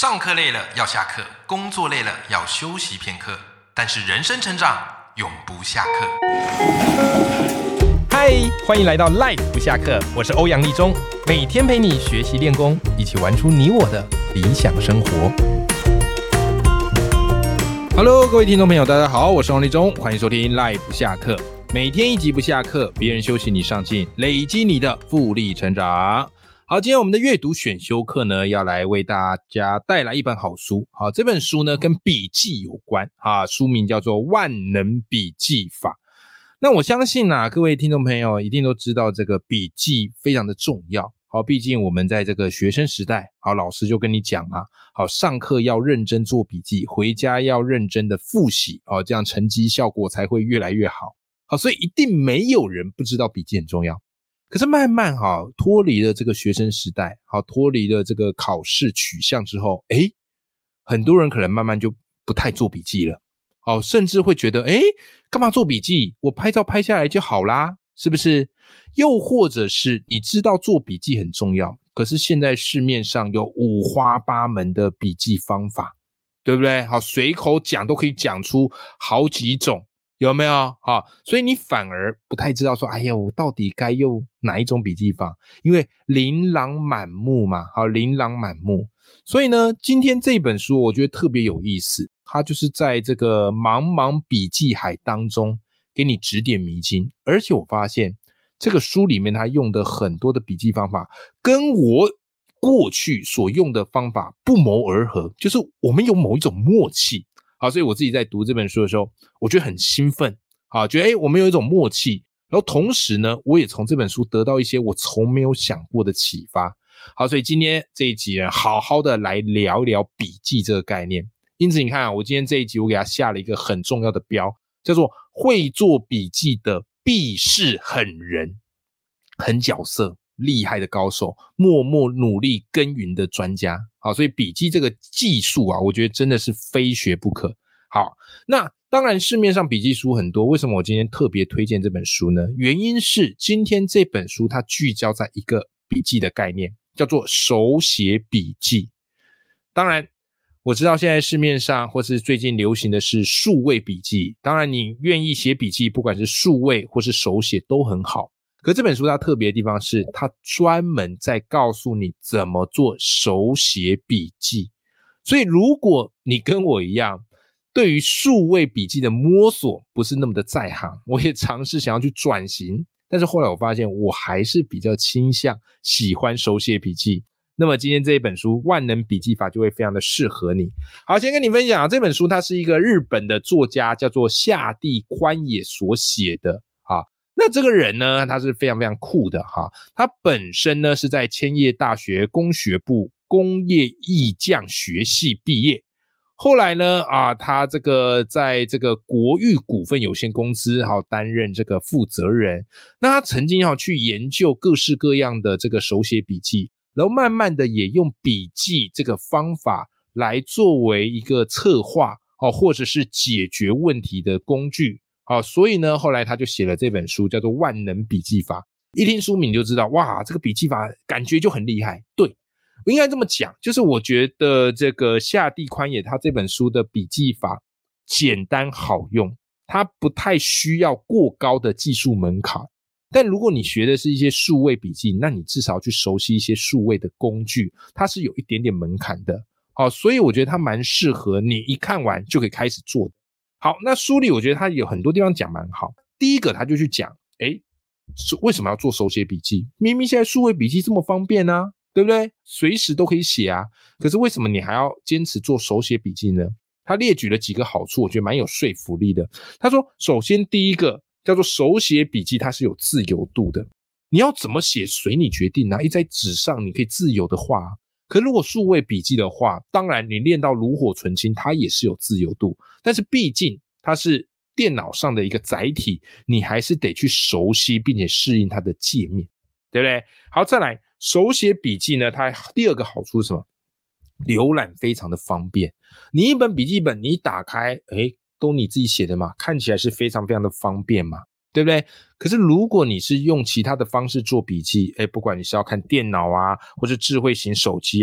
上课累了要下课，工作累了要休息片刻，但是人生成长永不下课。嗨，欢迎来到 Life 不下课，我是欧阳立中，每天陪你学习练功，一起玩出你我的理想生活。Hello， 各位听众朋友，大家好，我是欧阳立中，欢迎收听 Life 不下课，每天一集不下课，别人休息你上进，累积你的复利成长。好，今天我们的阅读选修课呢，要来为大家带来一本好书。好，这本书呢跟笔记有关啊，书名叫做《万能笔记法》。那我相信各位听众朋友一定都知道这个笔记非常的重要。好，毕竟我们在这个学生时代，好，老师就跟你讲嘛，好，上课要认真做笔记，回家要认真的复习，好，这样成绩效果才会越来越好。好，所以一定没有人不知道笔记很重要。可是慢慢脱离了这个学生时代，脱离了这个考试取向之后，很多人可能慢慢就不太做笔记了，甚至会觉得干嘛做笔记，我拍照拍下来就好啦，是不是？又或者是你知道做笔记很重要，可是现在市面上有五花八门的笔记方法，对不对？好，随口讲都可以讲出好几种，有没有？所以你反而不太知道说，我到底该用哪一种笔记法？因为琳琅满目嘛，琳琅满目。所以呢，今天这本书我觉得特别有意思，它就是在这个茫茫笔记海当中给你指点迷津。而且我发现这个书里面它用的很多的笔记方法跟我过去所用的方法不谋而合，就是我们有某一种默契。好，所以我自己在读这本书的时候，我觉得很兴奋，觉得我们有一种默契，然后同时呢，我也从这本书得到一些我从没有想过的启发。好，所以今天这一集呢，好好的来聊一聊笔记这个概念。因此你看我今天这一集我给它下了一个很重要的标，叫做会做笔记的必是狠人，狠角色，厉害的高手，默默努力耕耘的专家。好，所以笔记这个技术我觉得真的是非学不可。好，那当然市面上笔记书很多，为什么我今天特别推荐这本书呢？原因是今天这本书它聚焦在一个笔记的概念，叫做手写笔记。当然我知道现在市面上或是最近流行的是数位笔记，当然你愿意写笔记，不管是数位或是手写都很好。可这本书它特别的地方是，它专门在告诉你怎么做手写笔记。所以如果你跟我一样，对于数位笔记的摸索不是那么的在行，我也尝试想要去转型，但是后来我发现我还是比较倾向喜欢手写笔记。那么今天这一本书《万能笔记法》就会非常的适合你。好，先跟你分享这本书，它是一个日本的作家叫做下地宽也所写的。那这个人呢，他是非常非常酷的他本身呢是在千叶大学工学部工业艺匠学系毕业，后来呢他这个在这个国玉股份有限公司担任这个负责人。那他曾经去研究各式各样的这个手写笔记，然后慢慢的也用笔记这个方法来作为一个策划或者是解决问题的工具。所以呢后来他就写了这本书叫做《万能笔记法》。一听书名就知道，哇，这个笔记法感觉就很厉害。对，我应该这么讲，就是我觉得这个下地宽也他这本书的笔记法简单好用，它不太需要过高的技术门槛。但如果你学的是一些数位笔记，那你至少去熟悉一些数位的工具，它是有一点点门槛的。所以我觉得它蛮适合你一看完就可以开始做的。好，那书里我觉得它有很多地方讲蛮好。第一个他就去讲为什么要做手写笔记？明明现在数位笔记这么方便啊，对不对？随时都可以写啊，可是为什么你还要坚持做手写笔记呢？他列举了几个好处，我觉得蛮有说服力的。他说首先第一个叫做手写笔记，它是有自由度的，你要怎么写随你决定一在纸上你可以自由的画可如果数位笔记的话，当然你练到炉火纯青，它也是有自由度，但是毕竟它是电脑上的一个载体，你还是得去熟悉并且适应它的界面，对不对？好，再来手写笔记呢，它第二个好处是什么？浏览非常的方便。你一本笔记本你打开都你自己写的嘛，看起来是非常非常的方便嘛，对不对？可是如果你是用其他的方式做笔记，不管你是要看电脑或是智慧型手机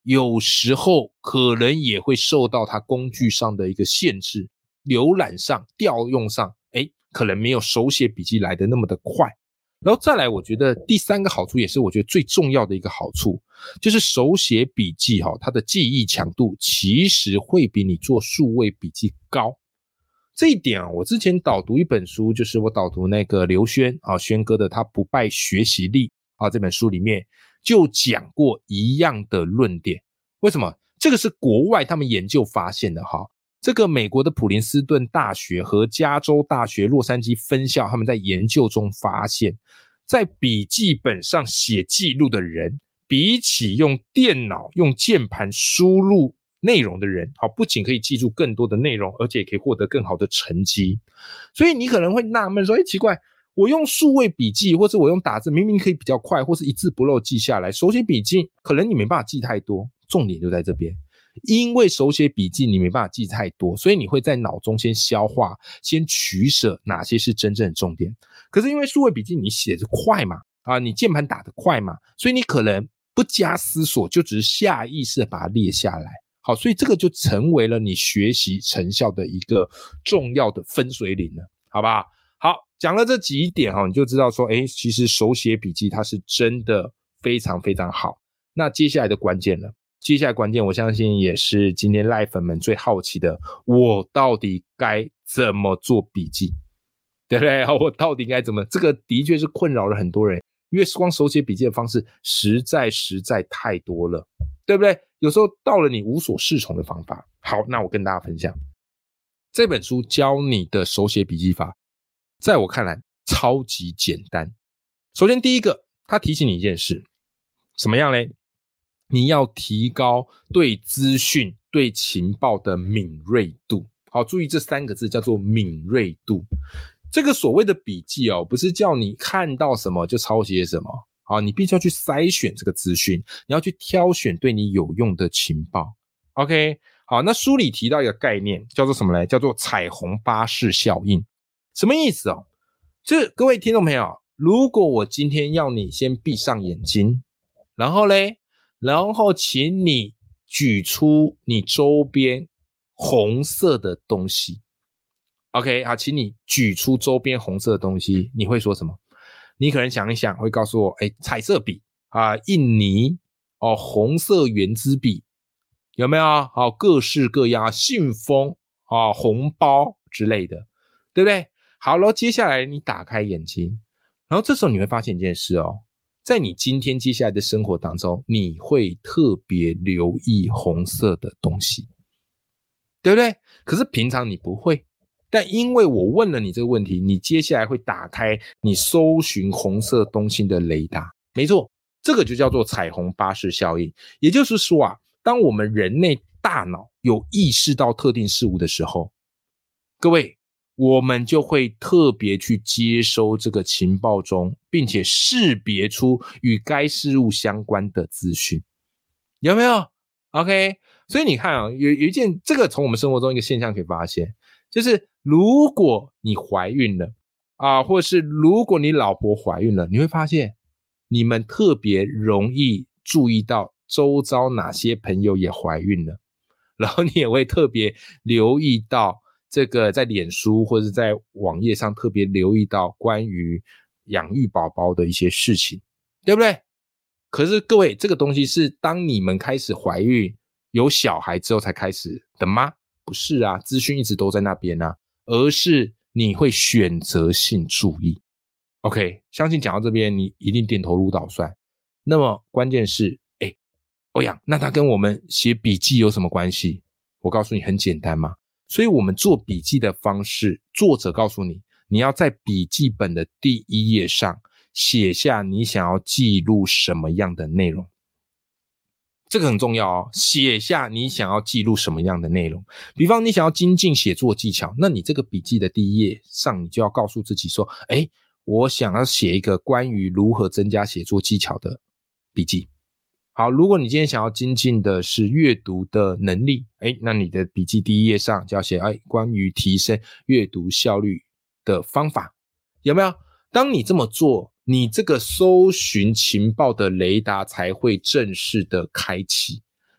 有时候可能也会受到它工具上的一个限制，浏览上、调用上，可能没有手写笔记来的那么的快。然后再来，我觉得第三个好处也是我觉得最重要的一个好处，就是手写笔记它的记忆强度其实会比你做数位笔记高。这一点我之前导读一本书，就是我导读那个刘轩轩哥的他不败学习力这本书里面就讲过一样的论点。为什么？这个是国外他们研究发现的这个美国的普林斯顿大学和加州大学洛杉矶分校，他们在研究中发现，在笔记本上写记录的人，比起用电脑用键盘输入内容的人，不仅可以记住更多的内容，而且也可以获得更好的成绩。所以你可能会纳闷说，奇怪，我用数位笔记或者我用打字明明可以比较快，或是一字不漏记下来，手写笔记可能你没办法记太多。重点就在这边，因为手写笔记你没办法记太多，所以你会在脑中先消化，先取舍哪些是真正的重点。可是因为数位笔记你写得快嘛，你键盘打得快嘛，所以你可能不加思索就只是下意识的把它列下来。好，所以这个就成为了你学习成效的一个重要的分水岭了，好不好？好，讲了这几点你就知道说，其实手写笔记它是真的非常非常好。那接下来的关键了，接下来关键我相信也是今天赖粉们最好奇的，我到底该怎么做笔记，对不对？我到底该怎么，这个的确是困扰了很多人，因为光手写笔记的方式实在太多了，对不对？有时候到了你无所适从的方法。好，那我跟大家分享这本书教你的手写笔记法，在我看来超级简单。首先第一个，他提醒你一件事，什么样嘞？你要提高对资讯、对情报的敏锐度。好，注意这3个字叫做敏锐度。这个所谓的笔记不是叫你看到什么就抄写什么。好，你必须要去筛选这个资讯，你要去挑选对你有用的情报。OK， 好，那书里提到一个概念叫做什么呢？叫做彩虹巴士效应。什么意思就是各位听众朋友，如果我今天要你先闭上眼睛，然后请你举出你周边红色的东西。OK， 好，请你举出周边红色的东西，你会说什么？你可能想一想，会告诉我，彩色笔印泥红色圆珠笔，有没有？好，各式各样，信封红包之类的，对不对？好了，接下来你打开眼睛，然后这时候你会发现一件事在你今天接下来的生活当中，你会特别留意红色的东西，对不对？可是平常你不会，但因为我问了你这个问题，你接下来会打开你搜寻红色东西的雷达。没错，这个就叫做彩虹巴士效应。也就是说当我们人类大脑有意识到特定事物的时候，各位，我们就会特别去接收这个情报中，并且识别出与该事物相关的资讯，有没有 ？OK， 所以你看有一件，这个从我们生活中一个现象可以发现，就是如果你怀孕了或者是如果你老婆怀孕了，你会发现你们特别容易注意到周遭哪些朋友也怀孕了，然后你也会特别留意到这个在脸书或者在网页上特别留意到关于养育宝宝的一些事情，对不对？可是各位，这个东西是当你们开始怀孕有小孩之后才开始的吗？不是资讯一直都在那边而是你会选择性注意。OK， 相信讲到这边你一定点头如捣蒜。那么关键是欧阳，那它跟我们写笔记有什么关系？我告诉你很简单嘛。所以我们做笔记的方式，作者告诉你，你要在笔记本的第1页上写下你想要记录什么样的内容。这个很重要写下你想要记录什么样的内容。比方你想要精进写作技巧，那你这个笔记的第1页上，你就要告诉自己说，我想要写一个关于如何增加写作技巧的笔记。好，如果你今天想要精进的是阅读的能力，那你的笔记第1页上就要写关于提升阅读效率的方法，有没有？当你这么做，你这个搜寻情报的雷达才会正式的开启，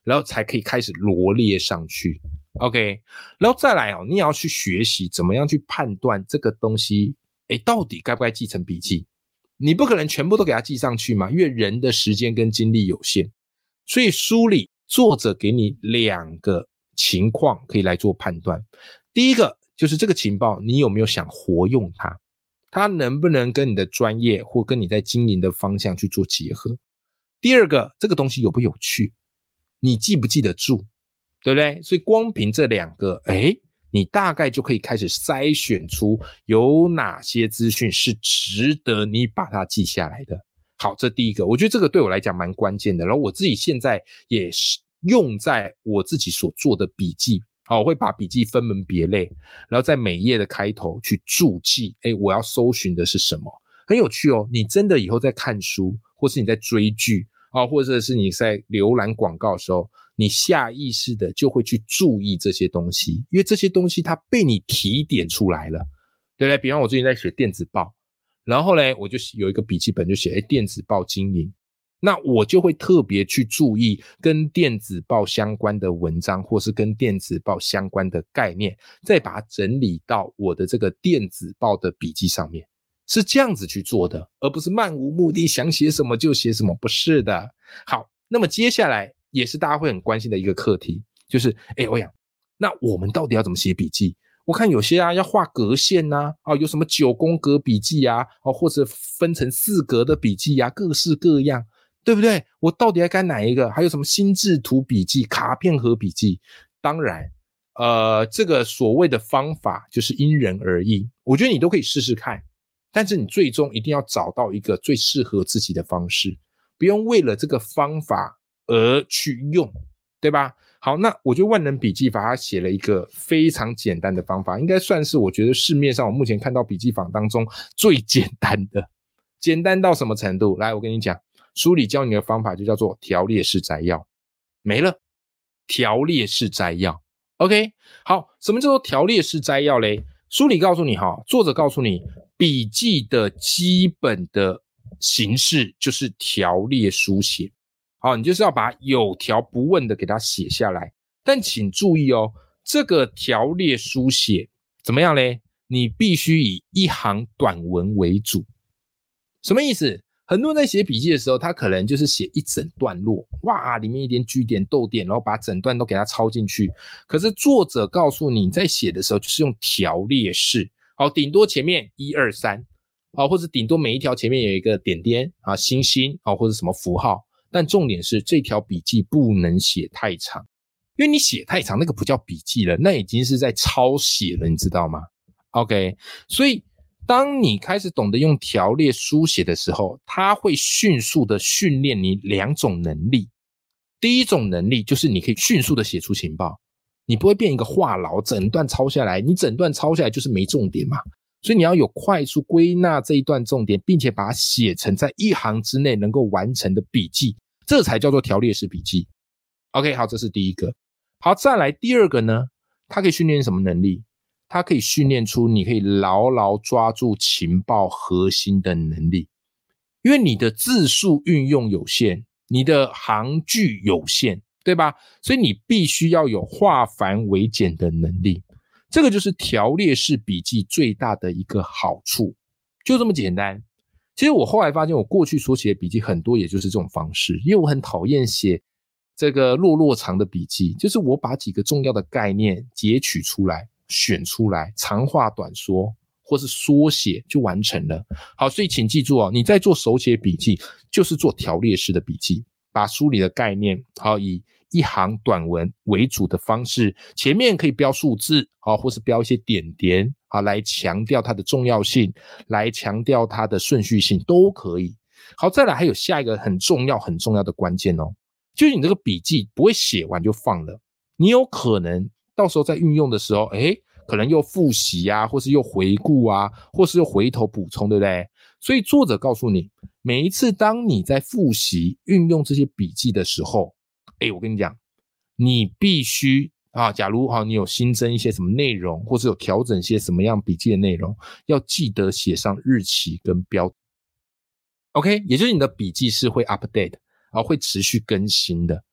然后才可以开始罗列上去。OK， 然后再来你也要去学习怎么样去判断这个东西到底该不该记成笔记。你不可能全部都给它记上去嘛，因为人的时间跟精力有限。所以书里作者给你2个情况可以来做判断。第一个就是这个情报你有没有想活用它，它能不能跟你的专业或跟你在经营的方向去做结合。第二个，这个东西有不有趣，你记不记得住，对不对？所以光凭这2个你大概就可以开始筛选出有哪些资讯是值得你把它记下来的。好，这第一个，我觉得这个对我来讲蛮关键的，然后我自己现在也是用在我自己所做的笔记。我会把笔记分门别类，然后在每页的开头去注记我要搜寻的是什么。很有趣你真的以后在看书或是你在追剧或者是你在浏览广告的时候，你下意识的就会去注意这些东西，因为这些东西它被你提点出来了，对不对？比方我最近在写电子报，然后呢我就有一个笔记本就写电子报经营，那我就会特别去注意跟电子报相关的文章或是跟电子报相关的概念，再把它整理到我的这个电子报的笔记上面，是这样子去做的，而不是漫无目的想写什么就写什么，不是的。好，那么接下来也是大家会很关心的一个课题，就是欧阳，那我们到底要怎么写笔记？我看有些要画格线有什么9宫格笔记或者分成4格的笔记各式各样，对不对？我到底要该哪一个？还有什么心智图笔记、卡片盒笔记？当然这个所谓的方法就是因人而异，我觉得你都可以试试看，但是你最终一定要找到一个最适合自己的方式，不用为了这个方法而去用，对吧？好，那我觉得万能笔记法它写了一个非常简单的方法，应该算是我觉得市面上我目前看到笔记法当中最简单的。简单到什么程度？来，我跟你讲，书里教你的方法就叫做条列式摘要，没了，条列式摘要。 OK， 好，什么叫做条列式摘要嘞？书里告诉你作者告诉你笔记的基本的形式就是条列书写。好，你就是要把有条不紊的给它写下来，但请注意这个条列书写怎么样嘞？你必须以一行短文为主。什么意思？很多人在写笔记的时候，他可能就是写一整段落，哇，里面一点句点逗点，然后把整段都给它抄进去。可是作者告诉你，在写的时候就是用条列式，顶多前面1、2、3，或者顶多每一条前面有一个点点星星或者什么符号。但重点是这条笔记不能写太长，因为你写太长那个不叫笔记了，那已经是在抄写了，你知道吗？ OK， 所以当你开始懂得用条列书写的时候，它会迅速的训练你2种能力。第一种能力就是你可以迅速的写出情报，你不会变一个话痨，整段抄下来，你整段抄下来就是没重点嘛，所以你要有快速归纳这一段重点，并且把它写成在1行之内能够完成的笔记，这才叫做条列式笔记。 OK， 好，这是第一个。好，再来第二个呢，它可以训练什么能力？它可以训练出你可以牢牢抓住情报核心的能力。因为你的字数运用有限，你的行距有限，对吧？所以你必须要有化繁为简的能力。这个就是条列式笔记最大的一个好处，就这么简单。其实我后来发现，我过去所写的笔记很多也就是这种方式，因为我很讨厌写这个落长的笔记，就是我把几个重要的概念截取出来，选出来，长话短说，或是缩写就完成了。好，所以请记住你在做手写笔记，就是做条列式的笔记，把书里的概念以1行短文为主的方式，前面可以标数字或是标一些点点来强调它的重要性，来强调它的顺序性都可以。好，再来还有下一个很重要的关键就是你这个笔记不会写完就放了，你有可能到时候在运用的时候可能又复习或是又回顾或是又回头补充，对不对？所以作者告诉你，每一次当你在复习运用这些笔记的时候，我跟你讲，你必须假如你有新增一些什么内容，或是有调整一些什么样笔记的内容，要记得写上日期跟标。 OK， 也就是你的笔记是会 update，会持续更新的。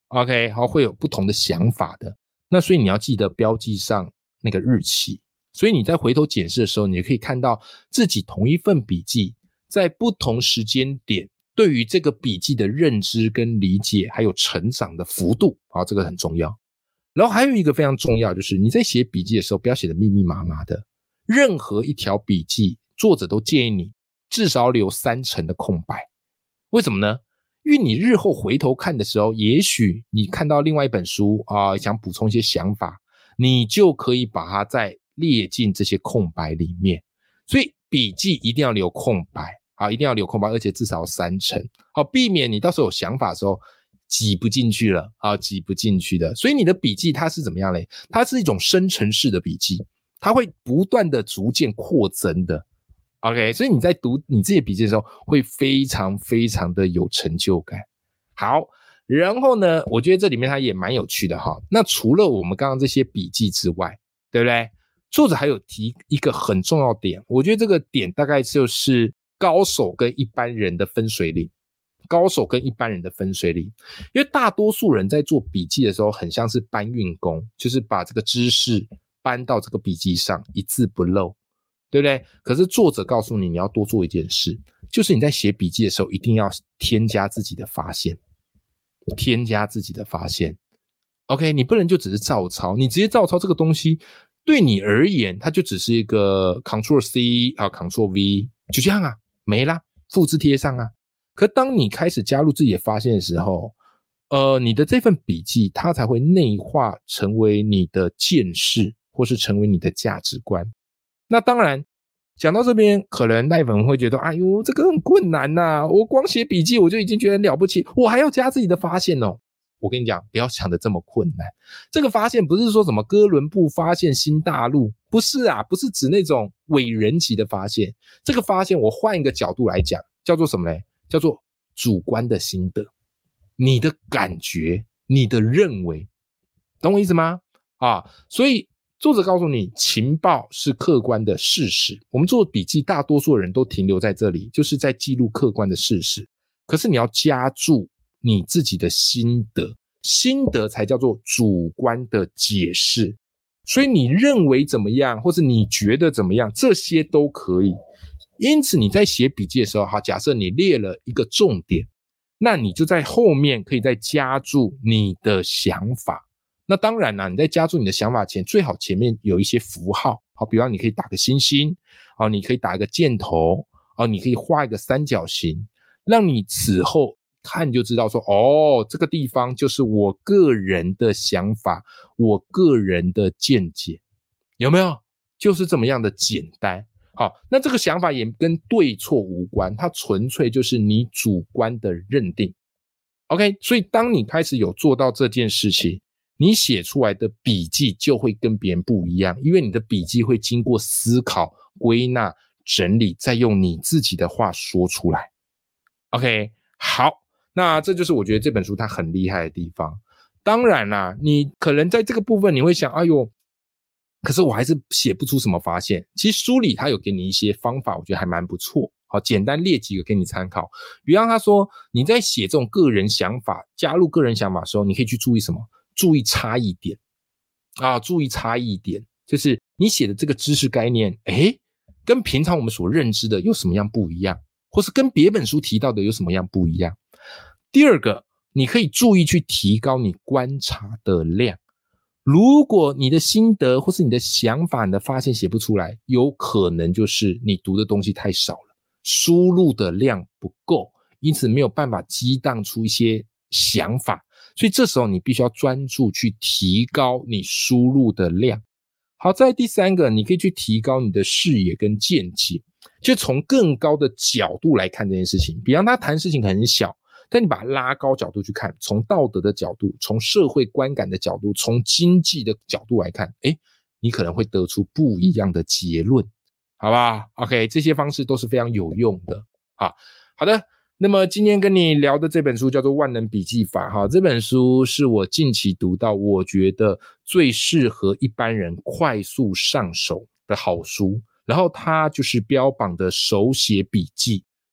OK， 好，会有不同的想法的。那所以你要记得标记上那个日期，所以你在回头检视的时候，你也可以看到自己同一份笔记在不同时间点对于这个笔记的认知跟理解还有成长的幅度，好，这个很重要。然后还有一个非常重要，就是你在写笔记的时候不要写得密密麻麻的，任何一条笔记作者都建议你至少留30%的空白。为什么呢？因为你日后回头看的时候，也许你看到另外一本书想补充一些想法，你就可以把它再列进这些空白里面。所以笔记一定要留空白，一定要留空白，而且至少30%，避免你到时候有想法的时候挤不进去了，挤不进去的。所以你的笔记它是怎么样嘞？它是一种生成式的笔记，它会不断的逐渐扩增的。OK， 所以你在读你自己的笔记的时候会非常非常的有成就感。好，然后呢，我觉得这里面它也蛮有趣的哈。那除了我们刚刚这些笔记之外，对不对？作者还有提一个很重要点，我觉得这个点大概就是高手跟一般人的分水岭。高手跟一般人的分水岭，因为大多数人在做笔记的时候很像是搬运工，就是把这个知识搬到这个笔记上，一字不漏，对不对？可是作者告诉你，你要多做一件事，就是你在写笔记的时候一定要添加自己的发现，添加自己的发现。OK， 你不能就只是照抄，你直接照抄这个东西，对你而言，它就只是一个 Ctrl+C Ctrl+V， 就这样啊，没啦，复制贴上啊。可当你开始加入自己的发现的时候，你的这份笔记它才会内化成为你的见识，或是成为你的价值观。那当然讲到这边，可能赖粉会觉得哎呦这个很困难啊，我光写笔记我就已经觉得很了不起，我还要加自己的发现哦。我跟你讲，不要想的这么困难。这个发现不是说什么哥伦布发现新大陆，不是啊，不是指那种伟人级的发现。这个发现我换一个角度来讲，叫做什么呢？叫做主观的心得，你的感觉，你的认为，懂我意思吗？所以作者告诉你，情报是客观的事实。我们做笔记，大多数人都停留在这里，就是在记录客观的事实。可是你要加注你自己的心得，心得才叫做主观的解释。所以你认为怎么样，或是你觉得怎么样，这些都可以。因此你在写笔记的时候，假设你列了一个重点，那你就在后面可以再加注你的想法。那当然啦，你在加注你的想法前，最好前面有一些符号，比方你可以打个星星，你可以打一个箭头，你可以画一个三角形，让你此后看就知道说，这个地方就是我个人的想法，我个人的见解，有没有？就是这么样的简单。好，那这个想法也跟对错无关，它纯粹就是你主观的认定。OK， 所以当你开始有做到这件事情，你写出来的笔记就会跟别人不一样，因为你的笔记会经过思考、归纳、整理，再用你自己的话说出来。OK， 好，那这就是我觉得这本书它很厉害的地方。当然啦，你可能在这个部分你会想，哎呦，可是我还是写不出什么发现。其实书里他有给你一些方法，我觉得还蛮不错。好，简单列几个给你参考。比方他说，你在写这种个人想法，加入个人想法的时候，你可以去注意什么？注意差异点。注意差异点，就是你写的这个知识概念，跟平常我们所认知的有什么样不一样，或是跟别本书提到的有什么样不一样。第二个，你可以注意去提高你观察的量。如果你的心得或是你的想法、你的发现写不出来，有可能就是你读的东西太少了，输入的量不够，因此没有办法激荡出一些想法。所以这时候你必须要专注去提高你输入的量。好，再来第三个，你可以去提高你的视野跟见解，就从更高的角度来看这件事情。比方他谈事情很小，但你把它拉高角度去看，从道德的角度，从社会观感的角度，从经济的角度来看，你可能会得出不一样的结论，好不好 ？OK， 这些方式都是非常有用的。好的，那么今天跟你聊的这本书叫做《万能笔记法》这本书是我近期读到我觉得最适合一般人快速上手的好书，然后它就是标榜的手写笔记，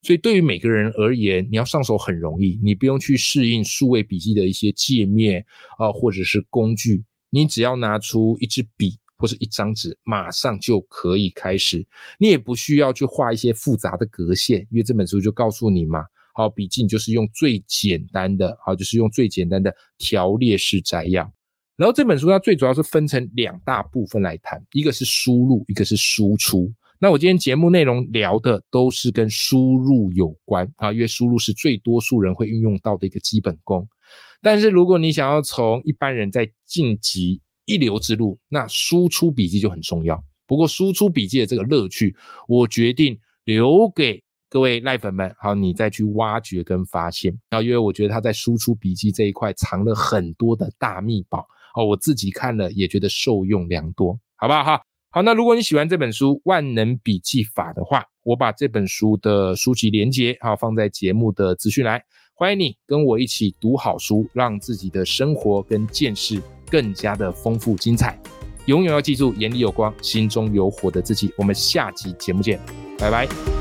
所以对于每个人而言，你要上手很容易，你不用去适应数位笔记的一些界面或者是工具，你只要拿出一支笔或是一张纸，马上就可以开始。你也不需要去画一些复杂的格线，因为这本书就告诉你嘛，好，笔记你就是用最简单的，好，就是用最简单的条列式摘要。然后这本书它最主要是分成2大部分来谈，一个是输入，一个是输出。那我今天节目内容聊的都是跟输入有关因为输入是最多数人会运用到的一个基本功。但是如果你想要从一般人在晋级一流之路，那输出笔记就很重要。不过输出笔记的这个乐趣，我决定留给各位赖粉们，好，你再去挖掘跟发现。因为我觉得他在输出笔记这一块藏了很多的大秘宝，我自己看了也觉得受用良多，好不好？好，那如果你喜欢这本书《万能笔记法》的话，我把这本书的书籍连结放在节目的资讯栏，欢迎你跟我一起读好书，让自己的生活跟见识更加的丰富精彩。永远要记住，眼里有光，心中有火的自己。我们下集节目见，拜拜。